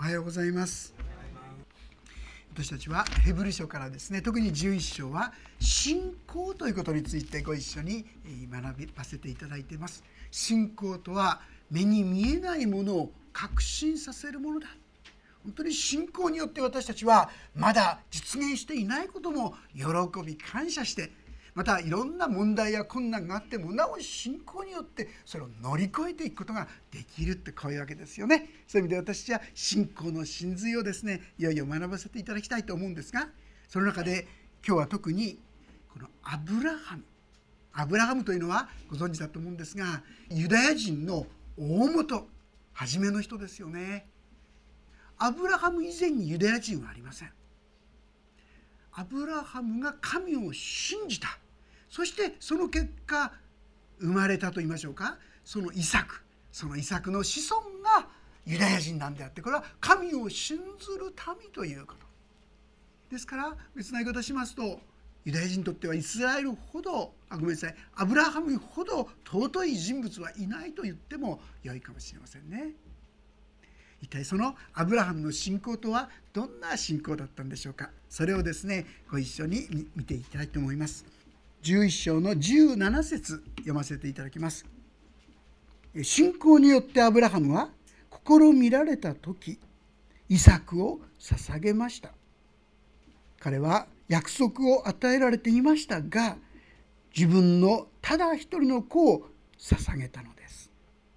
はようございます。私たちはヘブル書からですね、特に11章は信仰ということについてご一緒に学ばせていただいています。信仰とは目に見えないものを確信させるものだ。本当に信仰によって私たちはまだ実現していないことも喜び感謝して、またいろんな問題や困難があってもなお信仰によってそれを乗り越えていくことができるってこういうわけですよね。そういう意味で私は信仰の真髄をですね、いよいよ学ばせていただきたいと思うんですが、その中で今日は特にこのアブラハムというのはご存知だと思うんですが、ユダヤ人の大元初めの人ですよね。アブラハム以前にユダヤ人はありません。アブラハムが神を信じた。そしてその結果生まれたと言いましょうか、そのイサクの子孫がユダヤ人なんであって、これは神を信ずる民ということですから、別な言い方しますと、ユダヤ人にとってはイスラエルほどアブラハムほど尊い人物はいないと言っても良いかもしれませんね。一体そのアブラハムの信仰とはどんな信仰だったんでしょうか。それをですね、ご一緒に見ていきたいと思います。11章の17節読ませていただきます。信仰によってアブラハムは試みられた時、イサクを捧げました。彼は約束を与えられていましたが、自分のただ一人の子を捧げたのです。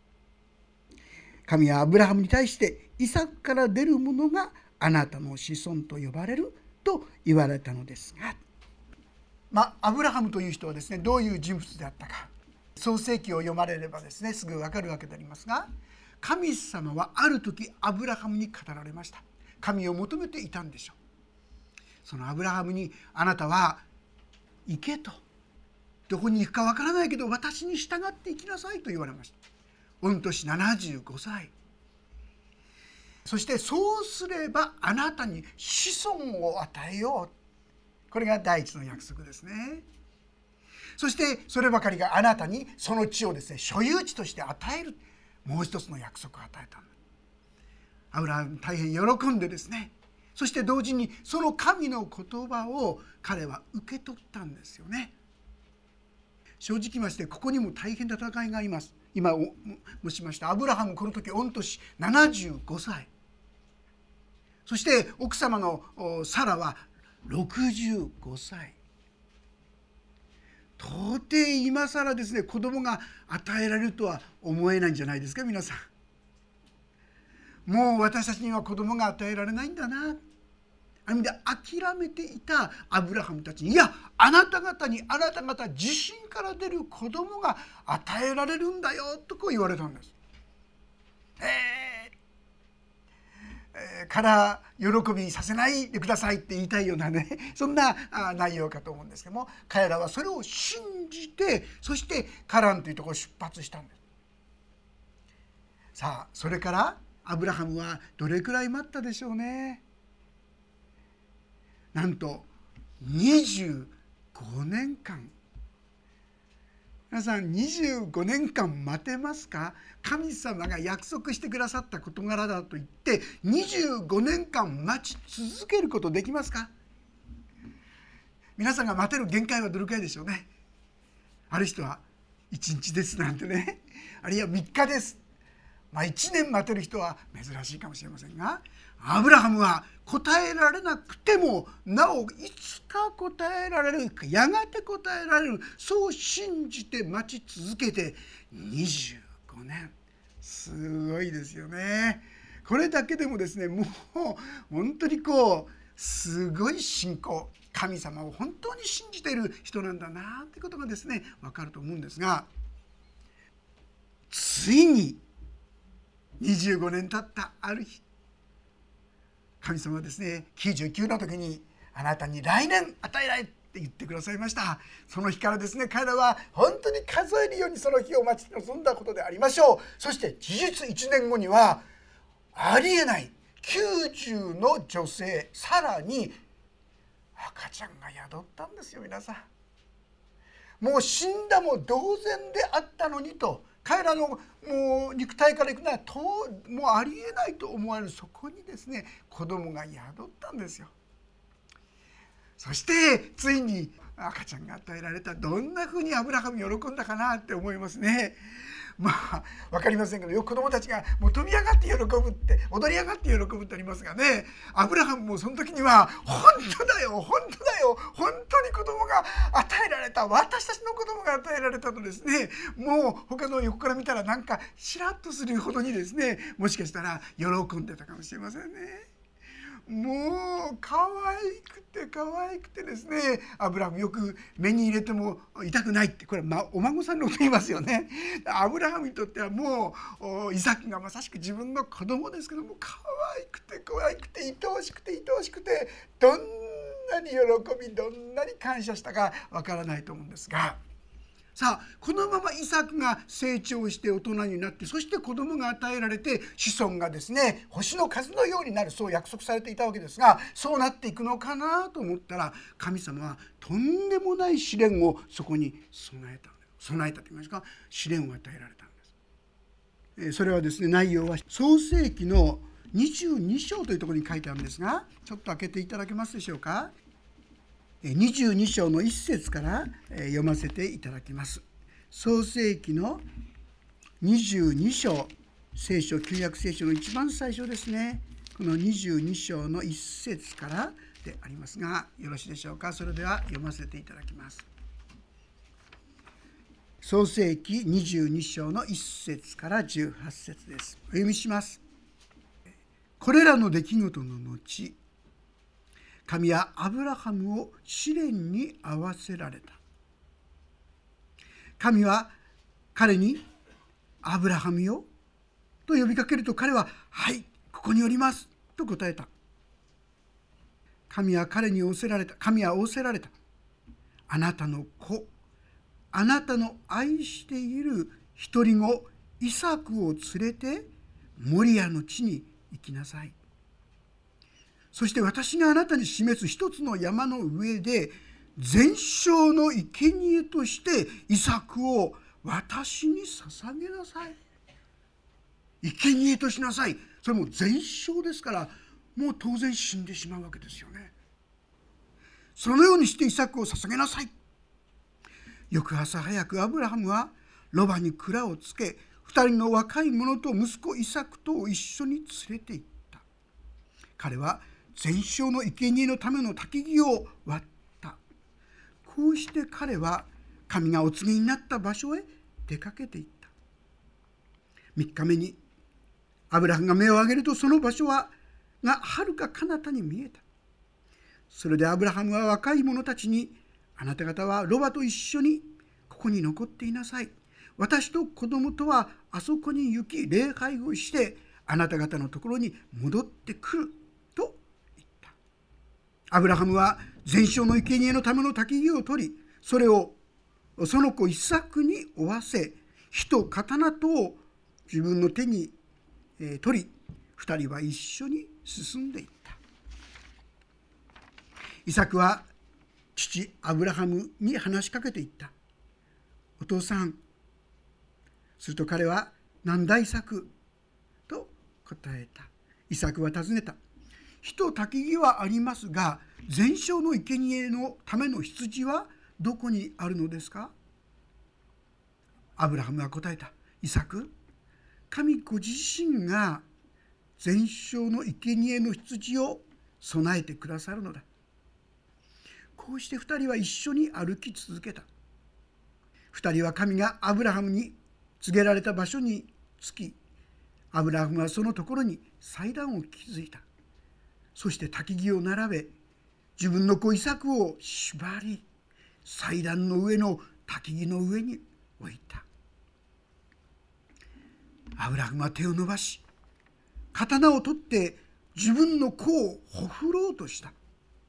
神はアブラハムに対して、イサクから出るものがあなたの子孫と呼ばれると言われたのですが、アブラハムという人はですね、どういう人物であったか、創世記を読まれればですね、すぐ分かるわけでありますが、神様はある時アブラハムに語られました。神を求めていたんでしょう。そのアブラハムに、あなたは行けと、どこに行くか分からないけど私に従って行きなさいと言われました。御年75歳。そしてそうすればあなたに子孫を与えよう。これが第一の約束ですね。そしてそればかりが、あなたにその地をですね、所有地として与える、もう一つの約束を与えたんだ。アブラハム大変喜んでですね、そして同時にその神の言葉を彼は受け取ったんですよね。正直言いまして、ここにも大変な戦いがあります。今申しましたアブラハム、この時御年75歳。そして奥様のサラは65歳。到底今更ですね、子供が与えられるとは思えないんじゃないですか皆さん。もう私たちには子供が与えられないんだな、ある意味で諦めていたアブラハムたちに、いや、あなた方にあなた方自身から出る子供が与えられるんだよとこう言われたんです。から喜びさせないでくださいって言いたいようなね、そんな内容かと思うんですけども、彼らはそれを信じて、そしてカランというところを出発したんです。さあ、それからアブラハムはどれくらい待ったでしょうね。なんと25年間。皆さん、25年間待てますか？神様が約束してくださった事柄だと言って25年間待ち続けることできますか？皆さんが待てる限界はどれくらいでしょうね。ある人は1日ですなんてね、あるいは3日です。1年待てる人は珍しいかもしれませんが、アブラハムは答えられなくてもなおいつか答えられる、やがて答えられる、そう信じて待ち続けて25年。すごいですよね。これだけでもですね、もう本当にすごい信仰、神様を本当に信じている人なんだなってことがですね、分かると思うんですが、ついに25年経ったある日、神様はですね、99の時にあなたに来年与えられって言ってくださいました。その日からですね、彼らは本当に数えるようにその日を待ち望んだことでありましょう。そして事実1年後にはありえない90の女性、さらに赤ちゃんが宿ったんですよ。皆さん、もう死んだも同然であったのにと彼らのもう肉体からいくのはもうありえないと思われるそこにですね、子供が宿ったんですよ。そしてついに赤ちゃんが与えられた。どんなふうにアブラハム喜んだかなって思いますね。まあ分かりませんけど、よく子供たちがもう飛び上がって喜ぶって踊り上がって喜ぶってありますがね、アブラハムもその時には本当だよ本当だよ、本当に子供が与えられた、私たちの子供が与えられたとですね、もう他の横から見たらなんかしらっとするほどにですね、もしかしたら喜んでたかもしれませんね。もう可愛くてですね、アブラハムよく目に入れても痛くないって、これお孫さんのこと言いますよね。アブラハムにとってはもうイサクがまさしく自分の子供ですけども、可愛くて愛おしくてどんなに喜びどんなに感謝したかわからないと思うんですが、さあこのままイサクが成長して大人になって、そして子供が与えられて子孫がですね星の数のようになる、そう約束されていたわけですが、そうなっていくのかなと思ったら、神様はとんでもない試練をそこに備えたと言いますか、試練を与えられたんです。それはですね、内容は創世記の22章というところに書いてあるんですが、ちょっと開けていただけますでしょうか。22章の1節から読ませていただきます。創世記の22章、聖書旧約聖書の一番最初ですね。この22章の1節からでありますが、よろしいでしょうか。それでは読ませていただきます。創世記22章の1節から18節です。お読みします。これらの出来事の後、神はアブラハムを試練に遭わせられた。神は彼にアブラハムよと呼びかけると、彼ははいここにおりますと答えた。神は仰せられた。あなたの子、あなたの愛している一人子イサクを連れてモリアの地に行きなさい。そして私があなたに示す一つの山の上で全焼の生贄としてイサクを私に捧げなさい。生贄としなさい。それも全焼ですから、もう当然死んでしまうわけですよね。そのようにしてイサクを捧げなさい。翌朝早くアブラハムはロバに蔵をつけ、二人の若い者と息子イサクと一緒に連れて行った。彼は全焼の生贄のための焚き木を割った。こうして彼は神がお告げになった場所へ出かけていった。3日目にアブラハムが目を上げると、その場所がはるか彼方に見えた。それでアブラハムは若い者たちに、あなた方はロバと一緒にここに残っていなさい。私と子供とはあそこに行き礼拝をして、あなた方のところに戻ってくると言った。アブラハムは全焼の生贄のための焚き木を取り、それをその子イサクに負わせ、火と刀とを自分の手に取り、二人は一緒に進んでいった。イサクは父アブラハムに話しかけていった。お父さん。すると彼は、なんだイサクと答えた。イサクは尋ねた。火と焚き木はありますが、全焼の生贄のための羊はどこにあるのですか。アブラハムは答えた。イサク、神ご自身が全焼の生贄の羊を備えてくださるのだ。こうして二人は一緒に歩き続けた。二人は神がアブラハムに告げられた場所に着き、アブラハムはそのところに祭壇を築いた。そして焚き木を並べ、自分の子イサクを縛り、祭壇の上の焚き木の上に置いた。アブラハムは手を伸ばし、刀を取って自分の子をほふろうとした。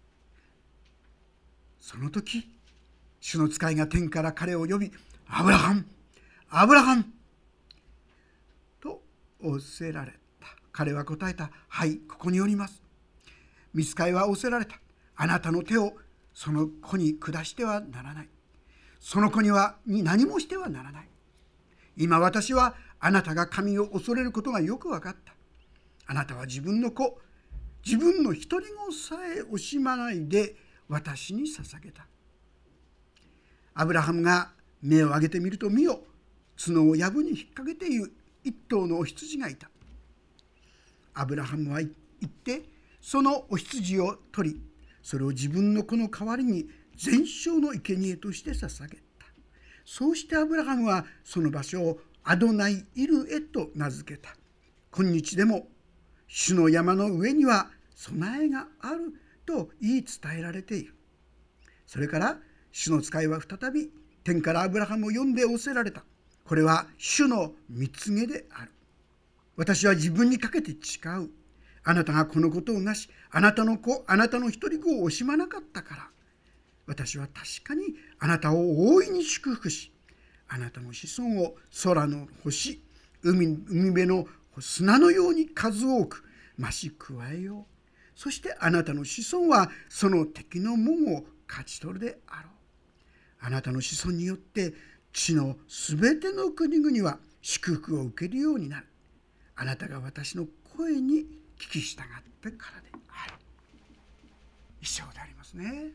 その時、主の使いが天から彼を呼び、アブラハム、アブラハムと仰せられた。彼は答えた。はい、ここにおります。御使いは仰せられた。あなたの手をその子に下してはならない。その子に何もしてはならない。 今私はあなたが神を恐れることがよく分かった。あなたは自分の子、自分の独り子さえ惜しまないで私に捧げた。アブラハムが目を上げてみると、見よ、角を藪に引っ掛けている一頭のお羊がいた。アブラハムは言って、そのお羊を取り、それを自分の子の代わりに全焼の生贄として捧げた。そうしてアブラハムはその場所をアドナイイルエと名付けた。今日でも主の山の上には備えがあると言い伝えられている。それから主の使いは再び天からアブラハムを呼んで仰せられた。これは主の蜜げである。私は自分にかけて誓う。あなたがこのことをなし、あなたの子、あなたの一人子を惜しまなかったから、私は確かにあなたを大いに祝福し、あなたの子孫を空の星、海辺の砂のように数多く増し加えよう。そしてあなたの子孫はその敵の門を勝ち取るであろう。あなたの子孫によって地のすべての国々は祝福を受けるようになる。あなたが私の声に聞き従ってからである。一章でありますね。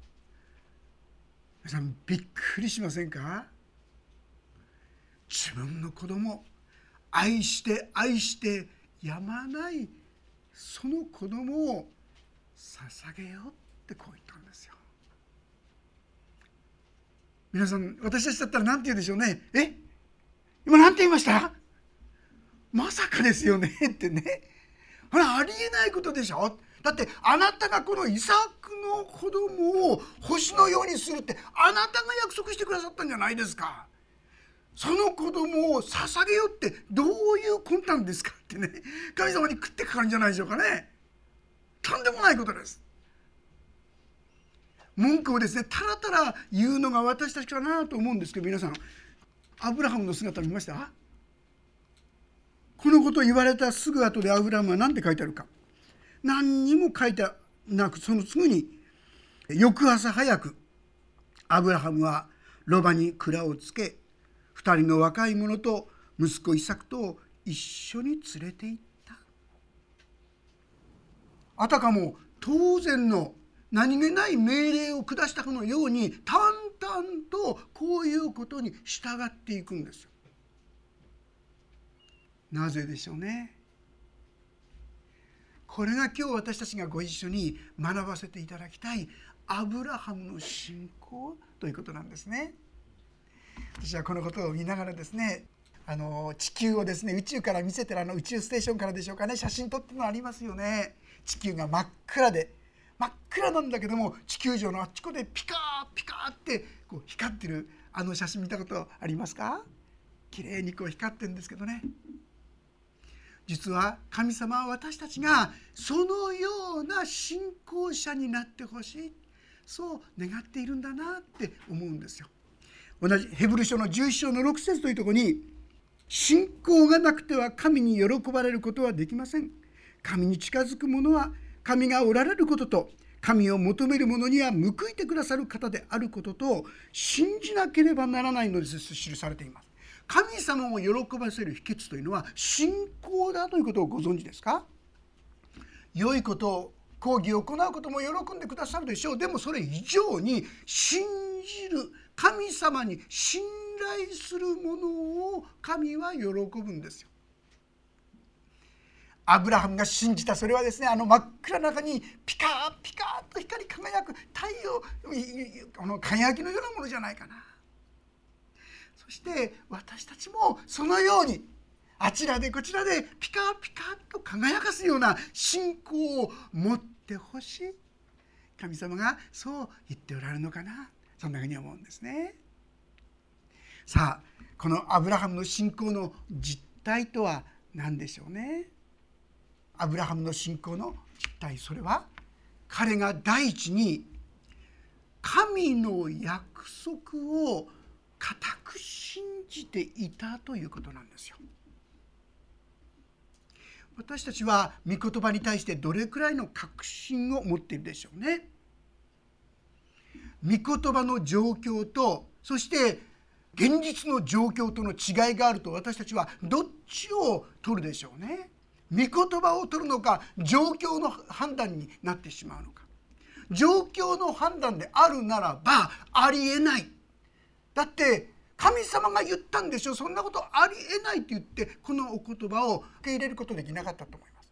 皆さんびっくりしませんか？自分の子供、愛して愛してやまないその子供を捧げようってこう言ったんですよ。皆さん、私たちだったら何て言うでしょうね。今何て言いました？まさかですよねってね。ほら、ありえないことでしょ。だってあなたがこのイサクの子供を星のようにするってあなたが約束してくださったんじゃないですか。その子供を捧げようってどういう魂胆ですかってね、神様に食ってかかるんじゃないでしょうかね。とんでもないことです。文句をですね、たらたら言うのが私たちかなと思うんですけど、皆さんアブラハムの姿を見ました？このことを言われたすぐ後でアブラハムは何て書いてあるか。何にも書いてなく、そのすぐに翌朝早くアブラハムはロバに鞍をつけ、2人の若い者と息子イサクと一緒に連れて行った。あたかも当然の何気ない命令を下したかのように淡々とこういうことに従っていくんですよ。なぜでしょうね。これが今日私たちがご一緒に学ばせていただきたいアブラハムの信仰ということなんですね。私はこのことを見ながらですね、地球をですね、宇宙から見せてる宇宙ステーションからでしょうかね、写真撮ってるのありますよね。地球が真っ暗で、真っ暗なんだけども地球上のあっちこでピカーピカーってこう光ってる写真見たことありますか？きれいにこう光ってるんですけどね。実は神様は私たちがそのような信仰者になってほしい、そう願っているんだなって思うんですよ。同じヘブル書の11章の6節というところに、信仰がなくては神に喜ばれることはできません。神に近づく者は神がおられることと、神を求める者には報いてくださる方であることと信じなければならないのですと記されています。神様を喜ばせる秘訣というのは信仰だということをご存知ですか？良いことを、講義を行うことも喜んでくださるでしょう。でもそれ以上に信じる、神様に信頼するものを神は喜ぶんですよ。アブラハムが信じた、それはですね、真っ暗な中にピカーピカーと光り輝く太陽、輝きのようなものじゃないかな。そして私たちもそのようにあちらでこちらでピカーピカーと輝かすような信仰を持ってほしい、神様がそう言っておられるのかな、そんなふうに思うんですね。さあ、このアブラハムの信仰の実態とは何でしょうね。アブラハムの信仰の実態、それは彼が第一に神の約束を固く信じていたということなんですよ。私たちは御言葉に対してどれくらいの確信を持っているでしょうね。御言葉の状況と、そして現実の状況との違いがあると、私たちはどっちを取るでしょうね。御言葉を取るのか、状況の判断になってしまうのか。状況の判断であるならばありえない。だって神様が言ったんでしょ。そんなことありえないって言って、このお言葉を受け入れることできなかったと思います。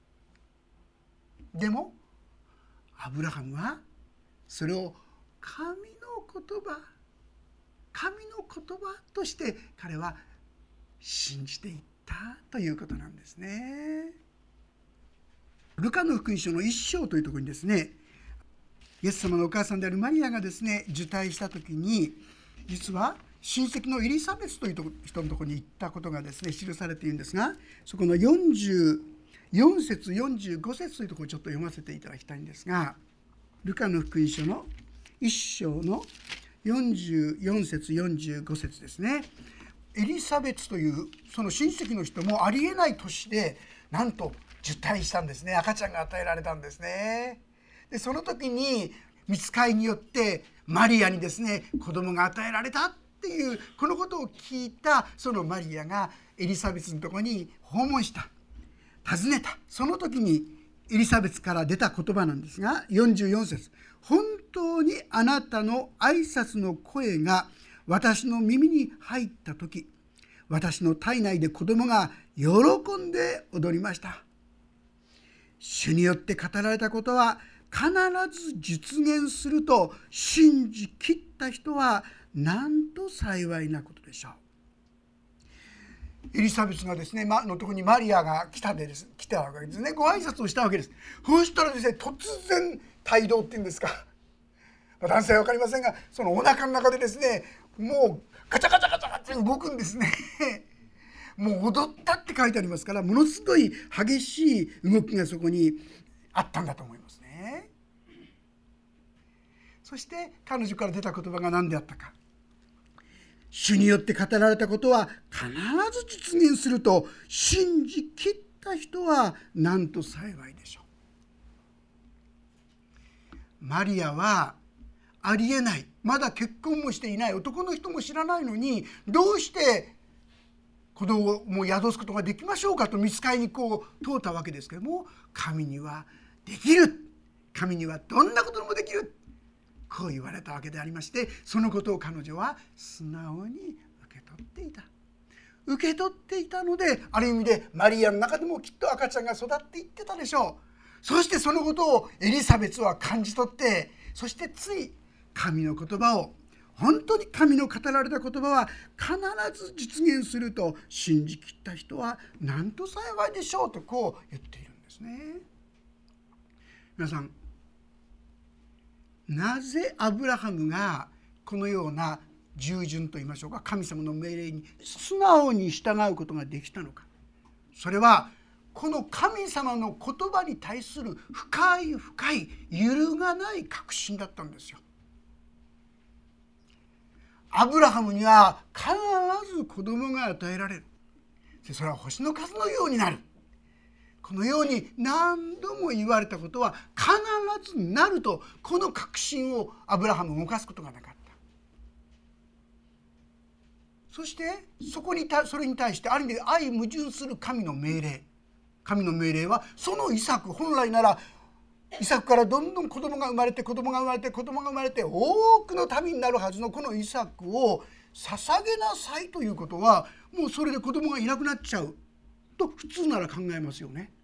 でもアブラハムはそれを神の言葉、神の言葉として彼は信じていったということなんですね。ルカの福音書の1章というところにですね、イエス様のお母さんであるマリアがですね、受胎した時に、実は親戚のエリザベスという人のところに行ったことがですね、記されているんですが、そこの44節45節というところをちょっと読ませていただきたいんですが、ルカの福音書の1章の44節45節ですね。エリザベスというその親戚の人もありえない年でなんと受胎したんですね。赤ちゃんが与えられたんですね。でその時に御使いによってマリアにですね、子供が与えられたっていうこのことを聞いたそのマリアがエリザベスのところに訪問した、訪ねた。その時にエリザベスから出た言葉なんですが、44節、本当にあなたの挨拶の声が私の耳に入った時、私の体内で子供が喜んで踊りました。主によって語られたことは必ず実現すると信じきった人はなんと幸いなことでしょう。エリザベスがですね、のところにマリアが来たわけですね。ご挨拶をしたわけです。そうしたらですね、突然胎動っていうんですか、男性は分かりませんが、そのお腹の中でですね、もうガチャガチャガチャって動くんですね。もう踊ったって書いてありますから、ものすごい激しい動きがそこにあったんだと思いますね。そして彼女から出た言葉が何であったか。主によって語られたことは必ず実現すると信じきった人はなんと幸いでしょう。マリアはありえない、まだ結婚もしていない、男の人も知らないのに、どうして子供を宿すことができましょうかと御使いに通ったわけですけども、神にはできる、神にはどんなことでもできる、こう言われたわけでありまして、そのことを彼女は素直に受け取っていたので、ある意味でマリアの中でもきっと赤ちゃんが育っていってたでしょう。そしてそのことをエリザベスは感じ取って、そしてつい神の言葉を、本当に神の語られた言葉は必ず実現すると信じきった人はなんと幸いでしょうとこう言っているんですね。皆さん、なぜアブラハムがこのような従順といいましょうか、神様の命令に素直に従うことができたのか。それはこの神様の言葉に対する深い揺るがない確信だったんですよ。アブラハムには必ず子供が与えられる。それは星の数のようになる。このように何度も言われたことは必ずなると、この確信をアブラハムを動かすことがなかった。そしてそれに対してある意味で相矛盾する神の命令は、そのイサク、本来ならイサクからどんどん子供が生まれて多くの民になるはずのこのイサクを捧げなさいということは、もうそれで子供がいなくなっちゃうと普通なら考えますよね。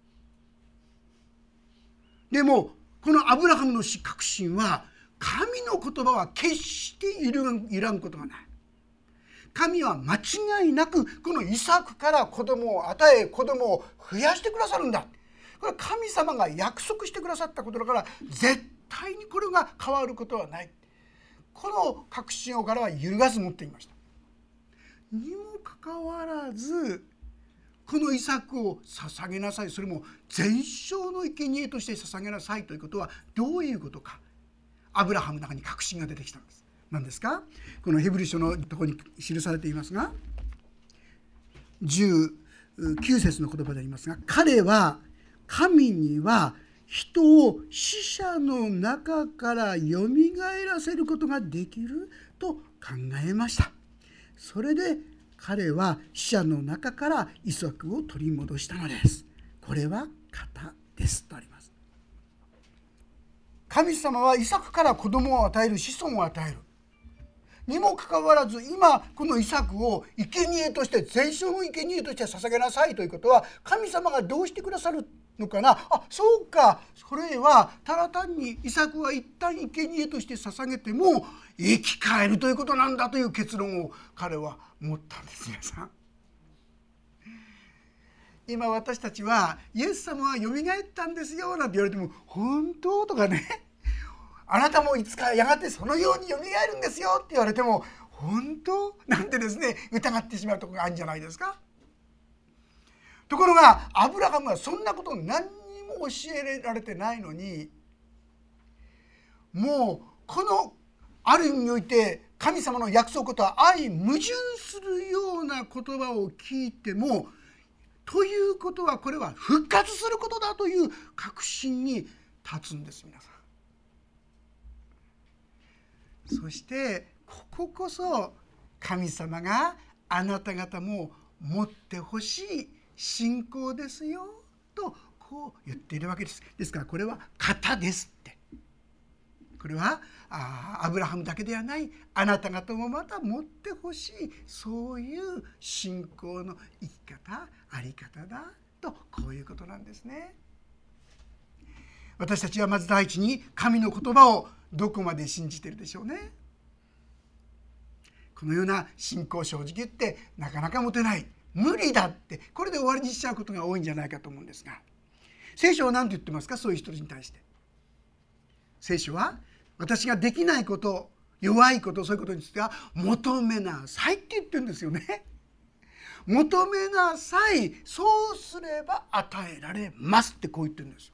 でもこのアブラハムの確信は、神の言葉は決して揺らぐことがない。神は間違いなくこのイサクから子供を与え、子供を増やしてくださるんだ。これは神様が約束してくださったことだから、絶対にこれが変わることはない。この確信を彼は揺るがず持っていました。にもかかわらず、このイサクを捧げなさい、それも全焼の生贄として捧げなさいということはどういうことか。アブラハムの中に確信が出てきたんです。何ですか。このヘブル書のところに記されていますが、19節の言葉でありますが、彼は神には人を死者の中からよみがえらせることができると考えました。それで彼は死者の中からイサクを取り戻したのです。これは型ですとあります。神様はイサクから子供を与える、子孫を与えるにもかかわらず、今このイサクを生贄として、全焼の生贄として捧げなさいということは、神様がどうしてくださるのかな。そうか、それはただ単にイサクは一旦生贄として捧げても生き返るということなんだという結論を彼は持ったんです。皆さん、今私たちはイエス様はよみがえったんですよなんて言われても、本当とかね、あなたもいつかやがてそのようによみがえるんですよって言われても、本当なんてですね、疑ってしまうところがあるんじゃないですか。ところがアブラハムはそんなことを何にも教えられてないのに、もうこのある意味において神様の約束とは相矛盾するような言葉を聞いても、ということはこれは復活することだという確信に立つんです。皆さん、そしてこここそ神様があなた方も持ってほしい信仰ですよとこう言っているわけです。ですからこれは型ですって。これはアブラハムだけではない、あなた方もまた持ってほしい、そういう信仰の生き方、あり方だと、こういうことなんですね。私たちはまず第一に神の言葉をどこまで信じているでしょうね。このような信仰、正直言ってなかなか持てない、無理だって、これで終わりにしちゃうことが多いんじゃないかと思うんですが、聖書は何て言ってますか。そういう人に対して聖書は、私ができないこと、弱いこと、そういうことについては求めなさいって言ってるんですよね。求めなさい、そうすれば与えられますってこう言ってるんですよ。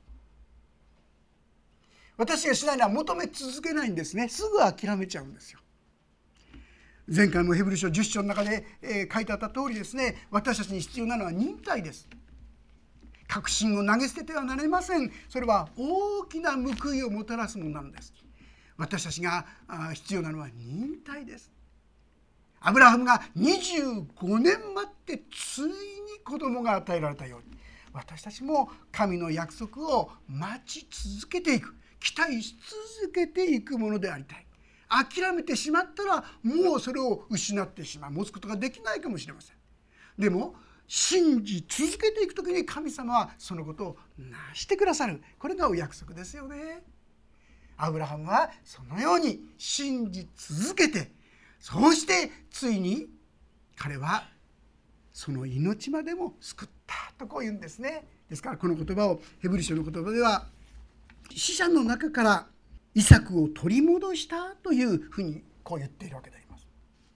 私がしないのは求め続けないんですね。すぐ諦めちゃうんですよ。前回もヘブル書10章の中で、書いてあった通りですね、私たちに必要なのは忍耐です。確信を投げ捨ててはなりません。それは大きな報いをもたらすものなんです。私たちが必要なのは忍耐です。アブラハムが25年待ってついに子供が与えられたように、私たちも神の約束を待ち続けていく、期待し続けていくものでありたい。諦めてしまったらもうそれを失ってしまう、持つことができないかもしれません。でも信じ続けていくときに神様はそのことをなしてくださる。これがお約束ですよね。アブラハムはそのように信じ続けて、そうしてついに彼はその命までも救ったとこう言うんですね。ですからこの言葉をヘブル書の言葉では、死者の中からイサクを取り戻したというふうにこう言っているわけであります。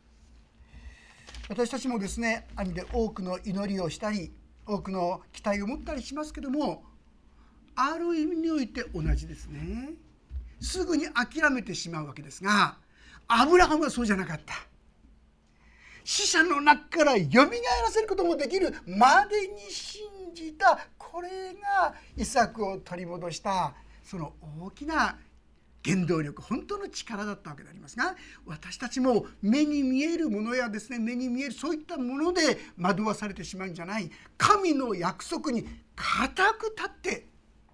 私たちもですね、ある意味で多くの祈りをしたり、多くの期待を持ったりしますけども、ある意味において同じですね。すぐに諦めてしまうわけですが、アブラハムはそうじゃなかった。死者の中からよみがえらせることもできるまでに信じた。これがイサクを取り戻したその大きな原動力、本当の力だったわけでありますが、私たちも目に見えるものやですね、目に見えるそういったもので惑わされてしまうんじゃない、神の約束に固く立って、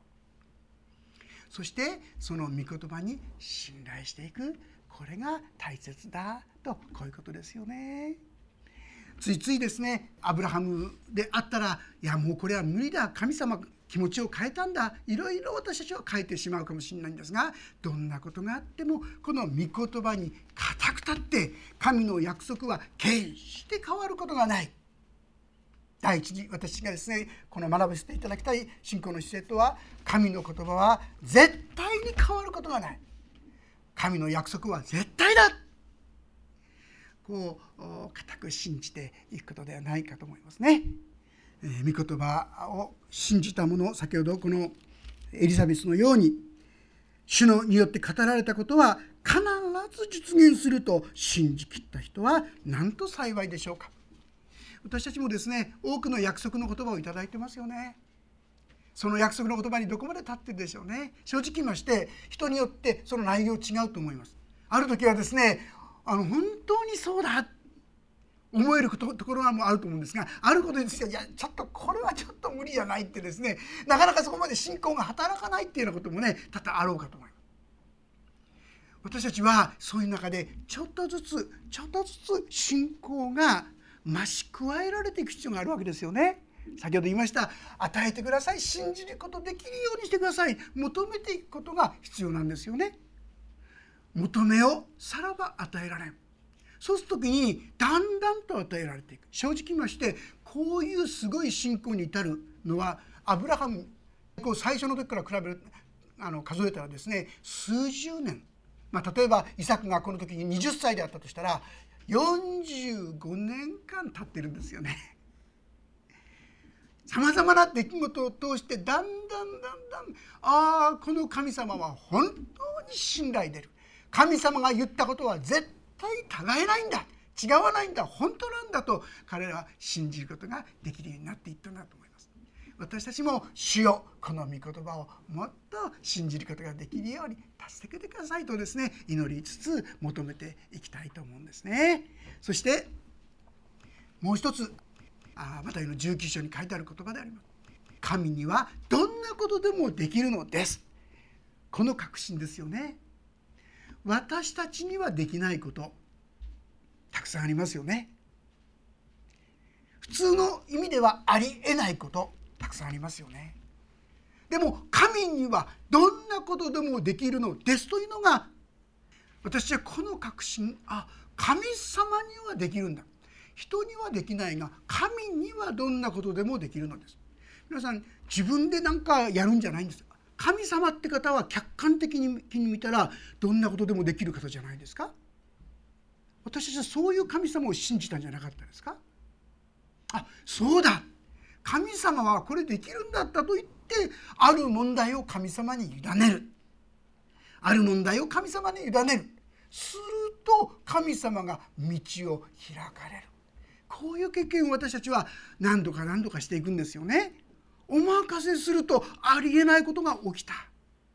そしてその御言葉に信頼していく、これが大切だと、こういうことですよね。ついついですね、アブラハムであったら、いやもうこれは無理だ、神様気持ちを変えたんだ、いろいろ私たちは変えてしまうかもしれないんですが、どんなことがあってもこの御言葉に固く立って、神の約束は決して変わることがない。第一に私がですね、この学ばせていただきたい信仰の姿勢とは、神の言葉は絶対に変わることがない、神の約束は絶対だ、こう固く信じていくことではないかと思いますね。御言葉を信じた者、先ほどこのエリザベスのように主によって語られたことは必ず実現すると信じきった人はなんと幸いでしょうか。私たちもですね、多くの約束の言葉をいただいてますよね。その約束の言葉にどこまで立ってるでしょうね。正直言いまして、人によってその内容違うと思います。ある時はですね、 本当にそうだ思えるところもあると思うんですが、あることについては、いやちょっとこれはちょっと無理じゃないってですね、なかなかそこまで信仰が働かないっていうようなこともね、多々あろうかと思います。私たちはそういう中でちょっとずつ信仰が増し加えられていく必要があるわけですよね。先ほど言いました、与えてください、信じることできるようにしてください、求めていくことが必要なんですよね。求めよさらば与えられん。そうするときにだんだんと与えられていく。正直言いまして、こういうすごい信仰に至るのはアブラハム、最初の時から比べる数えたらですね、数十年、例えばイサクがこの時に20歳であったとしたら45年間経ってるんですよね。さまざまな出来事を通してだんだんこの神様は本当に信頼でる、神様が言ったことは絶対違えないんだ、違わないんだ、本当なんだと彼らは信じることができるようになっていったんだと思います。私たちも主よ、この御言葉をもっと信じることができるように助けてくださいとですね、祈りつつ求めていきたいと思うんですね。そしてもう一つ、マタイの19章に書いてある言葉であります。神にはどんなことでもできるのです。この確信ですよね。私たちにはできないことたくさんありますよね。普通の意味ではありえないことたくさんありますよね。でも神にはどんなことでもできるのですというのが、私はこの確信、神様にはできるんだ、人にはできないが神にはどんなことでもできるのです。皆さん自分で何かやるんじゃないんです。神様って方は客観的に見たらどんなことでもできる方じゃないですか。私たちはそういう神様を信じたんじゃなかったですか。そうだ、神様はこれできるんだったと言って、ある問題を神様に委ねる、ある問題を神様に委ねる、すると神様が道を開かれる。こういう経験を私たちは何度かしていくんですよね。お任せするとありえないことが起きた。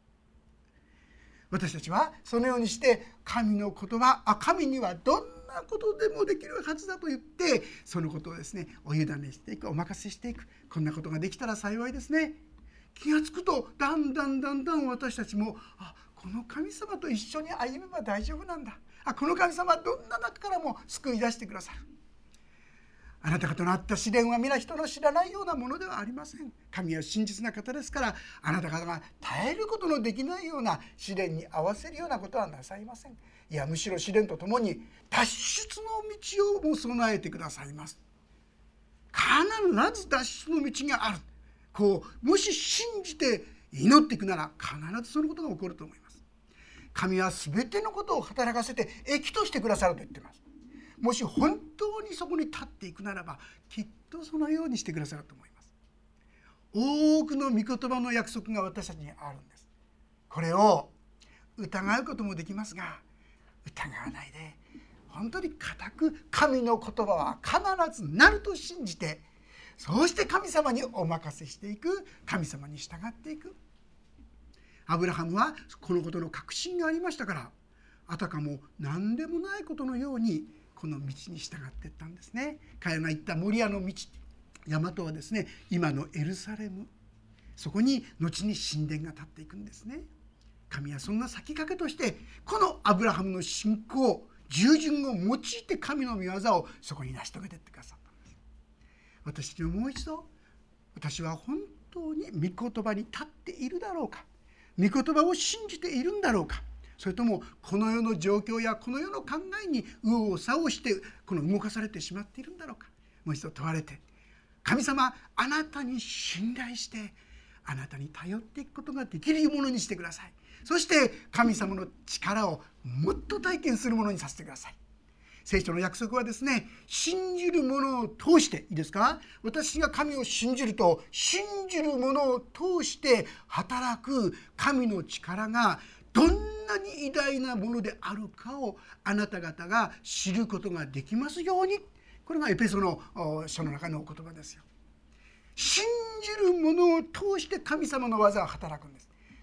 私たちはそのようにして神の言葉、神にはどんなことでもできるはずだと言って、そのことをですねお委ねしていく、お任せしていく、こんなことができたら幸いですね。気がつくとだんだん私たちもこの神様と一緒に歩めば大丈夫なんだ、この神様はどんな中からも救い出してくださる。あなた方のあった試練は皆人の知らないようなものではありません。神は真実な方ですから、あなた方が耐えることのできないような試練に合わせるようなことはなさいません。いや、むしろ試練とともに脱出の道をも備えてくださいます。必ず脱出の道がある。もし信じて祈っていくなら必ずそのことが起こると思います。神は全てのことを働かせて益としてくださると言っています。もし本当にそこに立っていくならば、きっとそのようにしてくださると思います。多くの御言葉の約束が私たちにあるんです。これを疑うこともできますが、疑わないで本当に固く神の言葉は必ずなると信じて、そうして神様にお任せしていく、神様に従っていく。アブラハムはこのことの確信がありましたから、あたかも何でもないことのようにこの道に従っていったんですね。彼が言ったモリアの道、山とはですね、今のエルサレム、そこに後に神殿が建っていくんですね。神はそんな先駆けとして、このアブラハムの信仰、従順を用いて神の御業をそこに成し遂げていってくださったんです。私にもう一度、私は本当に御言葉に立っているだろうか、御言葉を信じているんだろうか、それともこの世の状況やこの世の考えに右往左往して動かされてしまっているんだろうか。もう一度問われて、神様、あなたに信頼してあなたに頼っていくことができるものにしてください。そして神様の力をもっと体験するものにさせてください。聖書の約束はですね、信じる者を通して、いいですか、私が神を信じると、信じる者を通して働く神の力がどんなに偉大なものであるかをあなた方が知ることができますように。これがエペソの書の中のお言葉ですよ。信じる者を通して神様の技は働くんです。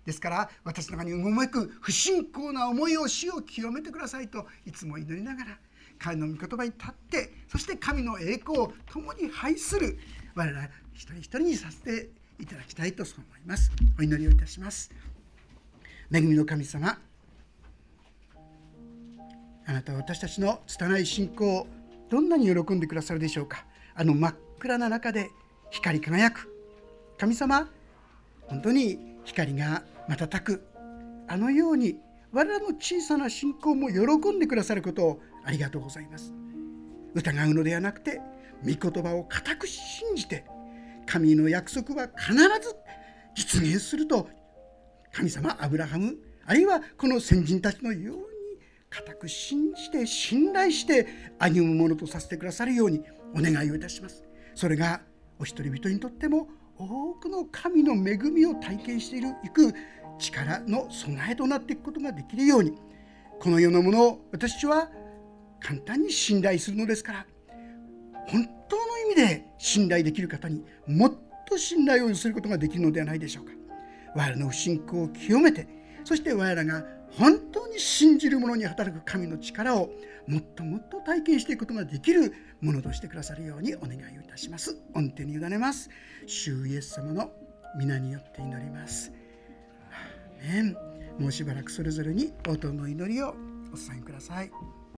ですから私の中にうごめく不信仰な思いを主を清めてくださいといつも祈りながら神の御言葉に立って、そして神の栄光を共に拝する我ら一人一人にさせていただきたいとそう思います。お祈りをいたします。恵みの神様、あなたは私たちの拙い信仰をどんなに喜んでくださるでしょうか。あの真っ暗な中で光り輝く神様、本当に光が瞬くあのように我らの小さな信仰も喜んでくださることをありがとうございます。疑うのではなくて御言葉を固く信じて、神の約束は必ず実現すると神様、アブラハムあるいはこの先人たちのように固く信じて信頼して歩むものとさせてくださるようにお願いをいたします。それがお一人人にとっても多くの神の恵みを体験していく力の備えとなっていくことができるように、この世のものを私は簡単に信頼するのですから、本当の意味で信頼できる方にもっと信頼を寄せることができるのではないでしょうか。我らの不信仰を清めて、そして我らが本当に信じる者に働く神の力をもっともっと体験していくことができるものとしてくださるようにお願いをいたします。御手に委ねます。主イエス様の皆によって祈ります。アーメン。もうしばらくそれぞれに応答の祈りをお捧げください。